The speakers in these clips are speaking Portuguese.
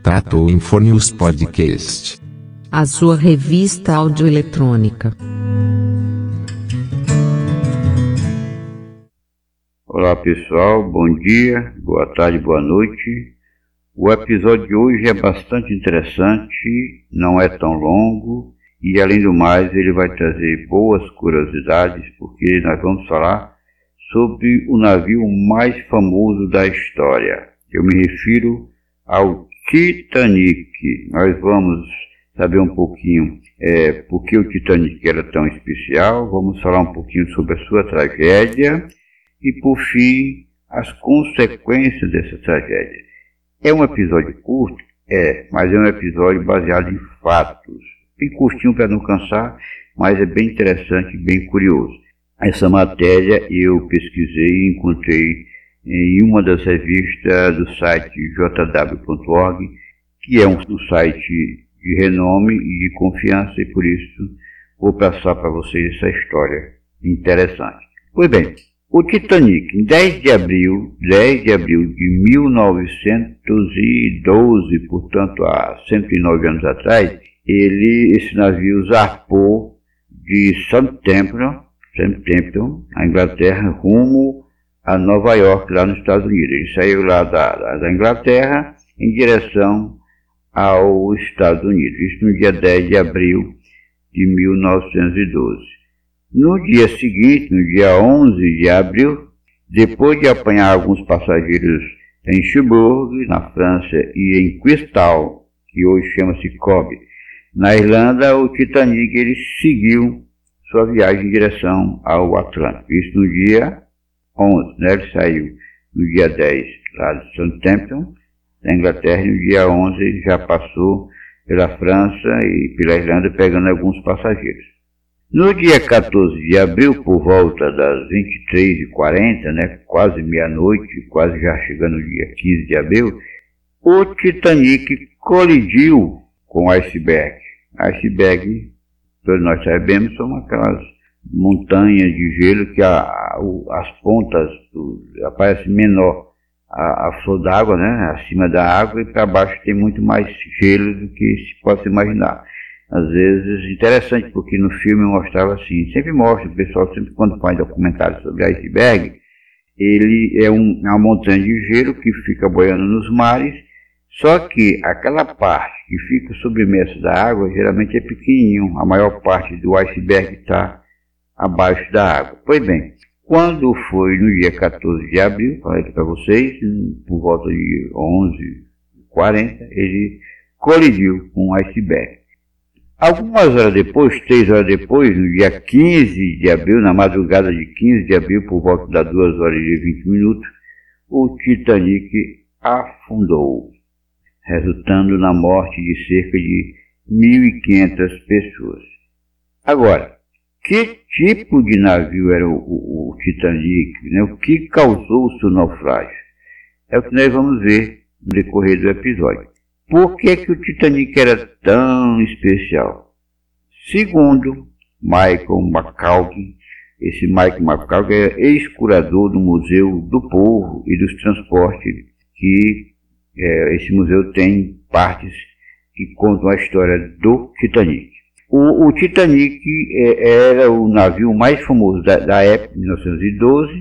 Tratou Infonius Podcast, a sua revista audioeletrônica. Olá pessoal, bom dia, boa tarde, boa noite. O episódio de hoje é bastante interessante, não é tão longo e além do mais ele vai trazer boas curiosidades, porque nós vamos falar sobre o navio mais famoso da história. Eu me refiro ao Titanic. Nós vamos saber um pouquinho por que o Titanic era tão especial, vamos falar um pouquinho sobre a sua tragédia e, por fim, as consequências dessa tragédia. É um episódio curto? Mas é um episódio baseado em fatos. Bem curtinho para não cansar, mas é bem interessante e bem curioso. Essa matéria eu pesquisei e encontrei em uma das revistas do site jw.org, que é um site de renome e de confiança, e por isso vou passar para vocês essa história interessante. Pois bem, o Titanic, em 10 de abril de 1912, portanto há 109 anos atrás, esse navio zarpou de Southampton, na Inglaterra, rumo a Nova York, lá nos Estados Unidos. Ele saiu lá da Inglaterra em direção aos Estados Unidos. Isso no dia 10 de abril de 1912. No dia seguinte, no dia 11 de abril, depois de apanhar alguns passageiros em Cherbourg, na França, e em Queenstown, que hoje chama-se Cobb, na Irlanda, o Titanic ele seguiu sua viagem em direção ao Atlântico. Isso no dia 11, né? Ele saiu no dia 10 lá de Southampton, na Inglaterra, e no dia 11 ele já passou pela França e pela Irlanda, pegando alguns passageiros. No dia 14 de abril, por volta das 23h40, né, quase meia-noite, quase já chegando no dia 15 de abril, o Titanic colidiu com o iceberg. Iceberg, todos nós sabemos, são aquelas montanhas de gelo que as pontas aparecem menor a flor d'água, né, acima da água, e para baixo tem muito mais gelo do que se possa imaginar. Às vezes, interessante, porque no filme mostrava assim, sempre mostra, o pessoal sempre quando faz documentário sobre iceberg, ele é uma montanha de gelo que fica boiando nos mares, só que aquela parte que fica submersa da água geralmente é pequenininho, a maior parte do iceberg está abaixo da água. Pois bem, quando foi no dia 14 de abril, falei aqui para vocês, por volta de 11h40, ele colidiu com o iceberg. Algumas horas depois, 3 horas depois, no dia 15 de abril, na madrugada de 15 de abril, por volta das 2 horas e 20 minutos, o Titanic afundou, resultando na morte de cerca de 1.500 pessoas. Agora, que tipo de navio era o Titanic, né? O que causou o seu naufrágio? É o que nós vamos ver no decorrer do episódio. Por que o Titanic era tão especial? Segundo Michael McCaughey, esse Michael McCaughey é ex-curador do Museu do Povo e dos Transportes, que esse museu tem partes que contam a história do Titanic. O Titanic era o navio mais famoso da época, de 1912,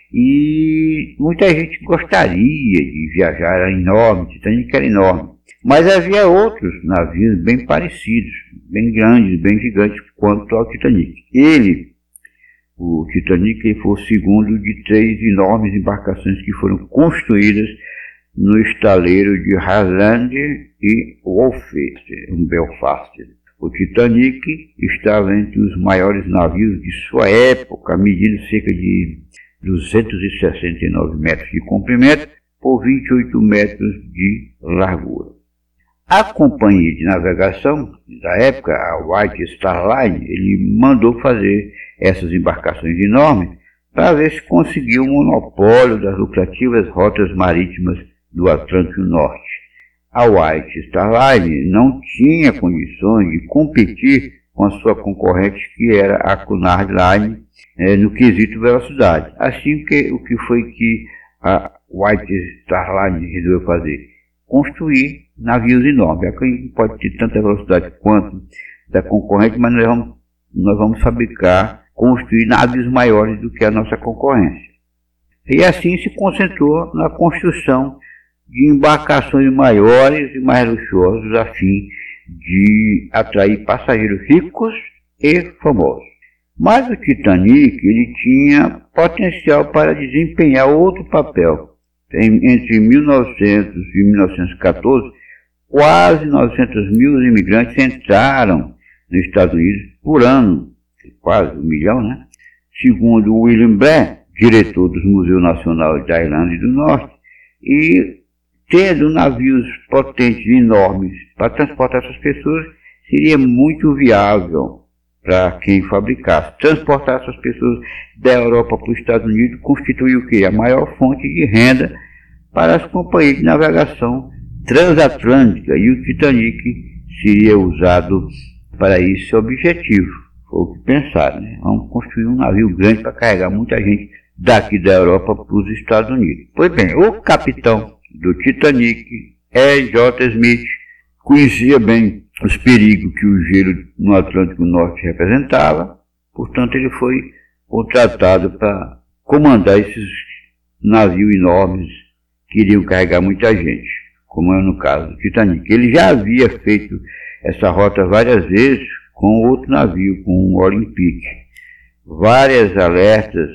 e muita gente gostaria de viajar, era enorme, o Titanic era enorme. Mas havia outros navios bem parecidos, bem grandes, bem gigantes quanto ao Titanic. O Titanic, foi o segundo de 3 enormes embarcações que foram construídas no estaleiro de Highland e Belfast. O Titanic estava entre os maiores navios de sua época, medindo cerca de 269 metros de comprimento por 28 metros de largura. A companhia de navegação da época, a White Star Line, ele mandou fazer essas embarcações enormes para ver se conseguia o monopólio das lucrativas rotas marítimas do Atlântico Norte. A White Star Line não tinha condições de competir com a sua concorrente, que era a Cunard Line, no quesito velocidade. Assim que o que foi que a White Star Line resolveu fazer? Construir navios enormes. Aqui pode ter tanta velocidade quanto da concorrente, mas nós vamos fabricar, construir navios maiores do que a nossa concorrência. E assim se concentrou na construção de embarcações maiores e mais luxuosas, a fim de atrair passageiros ricos e famosos. Mas o Titanic ele tinha potencial para desempenhar outro papel. Entre 1900 e 1914, quase 900 mil imigrantes entraram nos Estados Unidos por ano, quase 1 milhão, né? Segundo William Blair, diretor do Museu Nacional da Irlanda do Norte, e tendo navios potentes e enormes para transportar essas pessoas, seria muito viável para quem fabricasse. Transportar essas pessoas da Europa para os Estados Unidos constitui o quê? A maior fonte de renda para as companhias de navegação transatlântica, e o Titanic seria usado para esse objetivo. Foi o que pensaram, né? Vamos construir um navio grande para carregar muita gente daqui da Europa para os Estados Unidos. Pois bem, o capitão do Titanic, E.J. Smith, conhecia bem os perigos que o gelo no Atlântico Norte representava, portanto ele foi contratado para comandar esses navios enormes que iriam carregar muita gente, como é no caso do Titanic. Ele já havia feito essa rota várias vezes com outro navio, com o Olympic. Vários alertas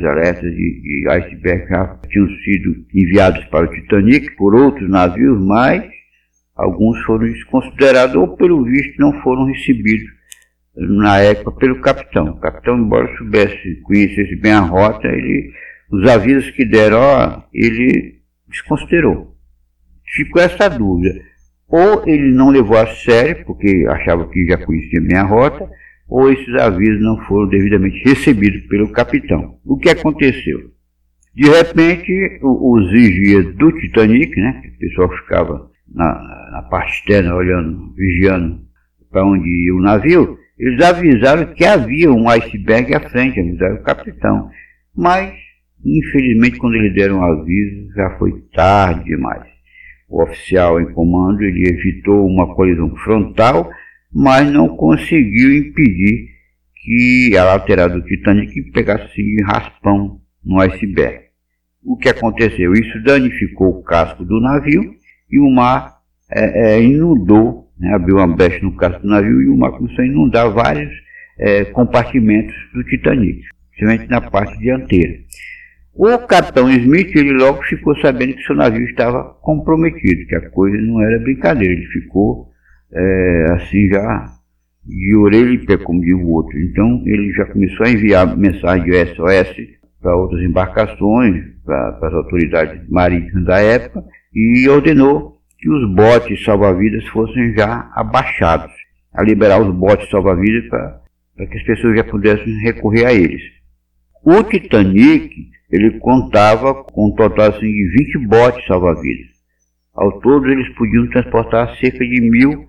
de iceberg já tinham sido enviados para o Titanic por outros navios, mas alguns foram desconsiderados ou, pelo visto, não foram recebidos na época pelo capitão. O capitão, embora conhecesse bem a rota, os avisos que deram, ele desconsiderou. Ficou essa dúvida. Ou ele não levou a sério, porque achava que já conhecia bem a rota, ou esses avisos não foram devidamente recebidos pelo capitão. O que aconteceu? De repente, os vigias do Titanic, né, o pessoal ficava na parte externa olhando, vigiando para onde ia o navio, eles avisaram que havia um iceberg à frente, avisaram o capitão. Mas, infelizmente, quando eles deram o aviso, já foi tarde demais. O oficial em comando ele evitou uma colisão frontal, mas não conseguiu impedir que a lateral do Titanic pegasse raspão no iceberg. O que aconteceu? Isso danificou o casco do navio e o mar inundou, né, abriu uma brecha no casco do navio e o mar começou a inundar vários compartimentos do Titanic, principalmente na parte dianteira. O capitão Smith, ele logo ficou sabendo que seu navio estava comprometido, que a coisa não era brincadeira. Ele ficou assim já de orelha em pé, como diz o outro. Então ele já começou a enviar mensagem de SOS para outras embarcações, para as autoridades marítimas da época, e ordenou que os botes salva-vidas fossem já abaixados, a liberar os botes salva-vidas para que as pessoas já pudessem recorrer a eles. O Titanic, ele contava com um total assim, de 20 botes salva-vidas. Ao todo, eles podiam transportar cerca de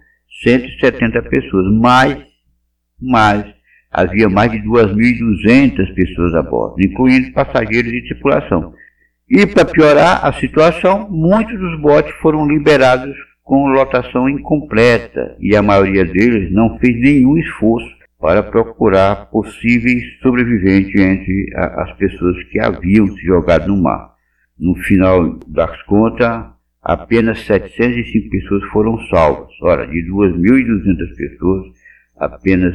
1.170 pessoas, mas havia mais de 2.200 pessoas a bordo, incluindo passageiros e tripulação. E para piorar a situação, muitos dos botes foram liberados com lotação incompleta e a maioria deles não fez nenhum esforço para procurar possíveis sobreviventes entre as pessoas que haviam se jogado no mar. No final das contas, apenas 705 pessoas foram salvas. Ora, de 2.200 pessoas, apenas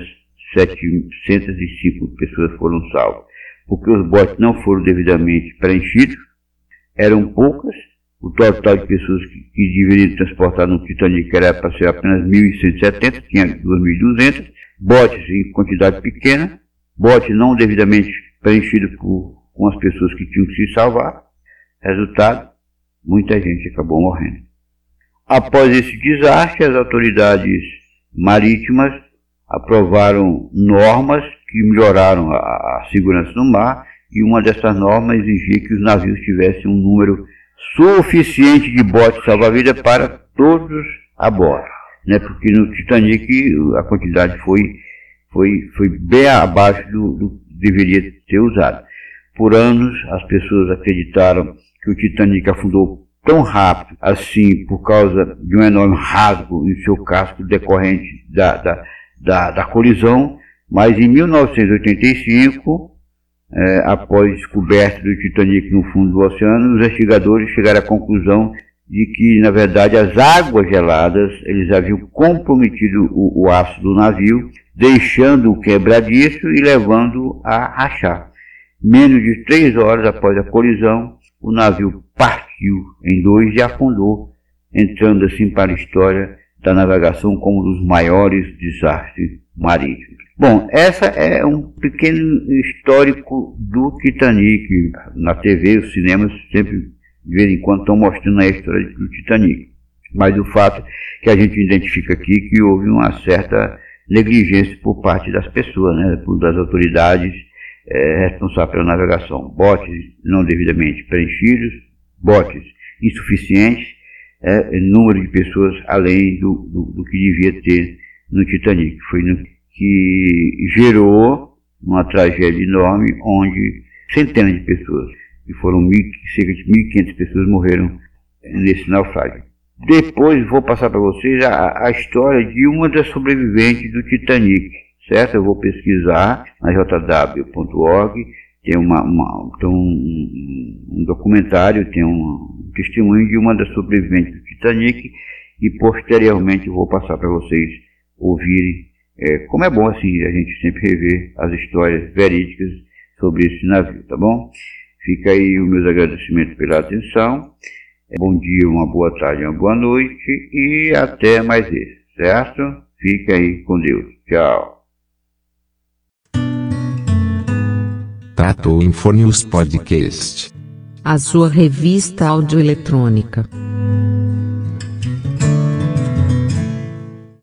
705 pessoas foram salvas, porque os botes não foram devidamente preenchidos, eram poucas, o total de pessoas que deveriam transportar no Titanic era para ser apenas 1.170, tinha 2.200, botes em quantidade pequena, botes não devidamente preenchidos com as pessoas que tinham que se salvar. Resultado, muita gente acabou morrendo. Após esse desastre, as autoridades marítimas aprovaram normas que melhoraram a segurança no mar, e uma dessas normas exigia que os navios tivessem um número suficiente de botes salva-vidas para todos a bordo, né? Porque no Titanic a quantidade foi bem abaixo do que deveria ser usado. Por anos as pessoas acreditaram que o Titanic afundou tão rápido assim por causa de um enorme rasgo em seu casco decorrente da colisão, mas em 1985, após a descoberta do Titanic no fundo do oceano, os investigadores chegaram à conclusão de que, na verdade, as águas geladas eles haviam comprometido o aço do navio, deixando-o quebradiço e levando-o a rachar. Menos de 3 horas após a colisão, o navio partiu em dois e afundou, entrando assim para a história da navegação como um dos maiores desastres marítimos. Bom, essa é um pequeno histórico do Titanic. Na TV, os cinemas sempre, de vez em quando, estão mostrando a história do Titanic. Mas o fato que a gente identifica aqui que houve uma certa negligência por parte das pessoas, né, das autoridades responsáveis pela navegação. Botes não devidamente preenchidos, botes insuficientes, número de pessoas além do que devia ter no Titanic. Foi que gerou uma tragédia enorme, onde centenas de pessoas, e foram cerca de 1.500 pessoas morreram nesse naufrágio. Depois vou passar para vocês a história de uma das sobreviventes do Titanic, certo? Eu vou pesquisar na jw.org, tem um documentário, tem um testemunho de uma das sobreviventes do Titanic, e posteriormente eu vou passar para vocês ouvirem. Como é bom assim a gente sempre rever as histórias verídicas sobre esse navio, tá bom? Fica aí os meus agradecimentos pela atenção. Bom dia, uma boa tarde, uma boa noite e até mais esse, certo? Fica aí com Deus. Tchau. Tratou Infonews Podcast. A sua revista audioeletrônica.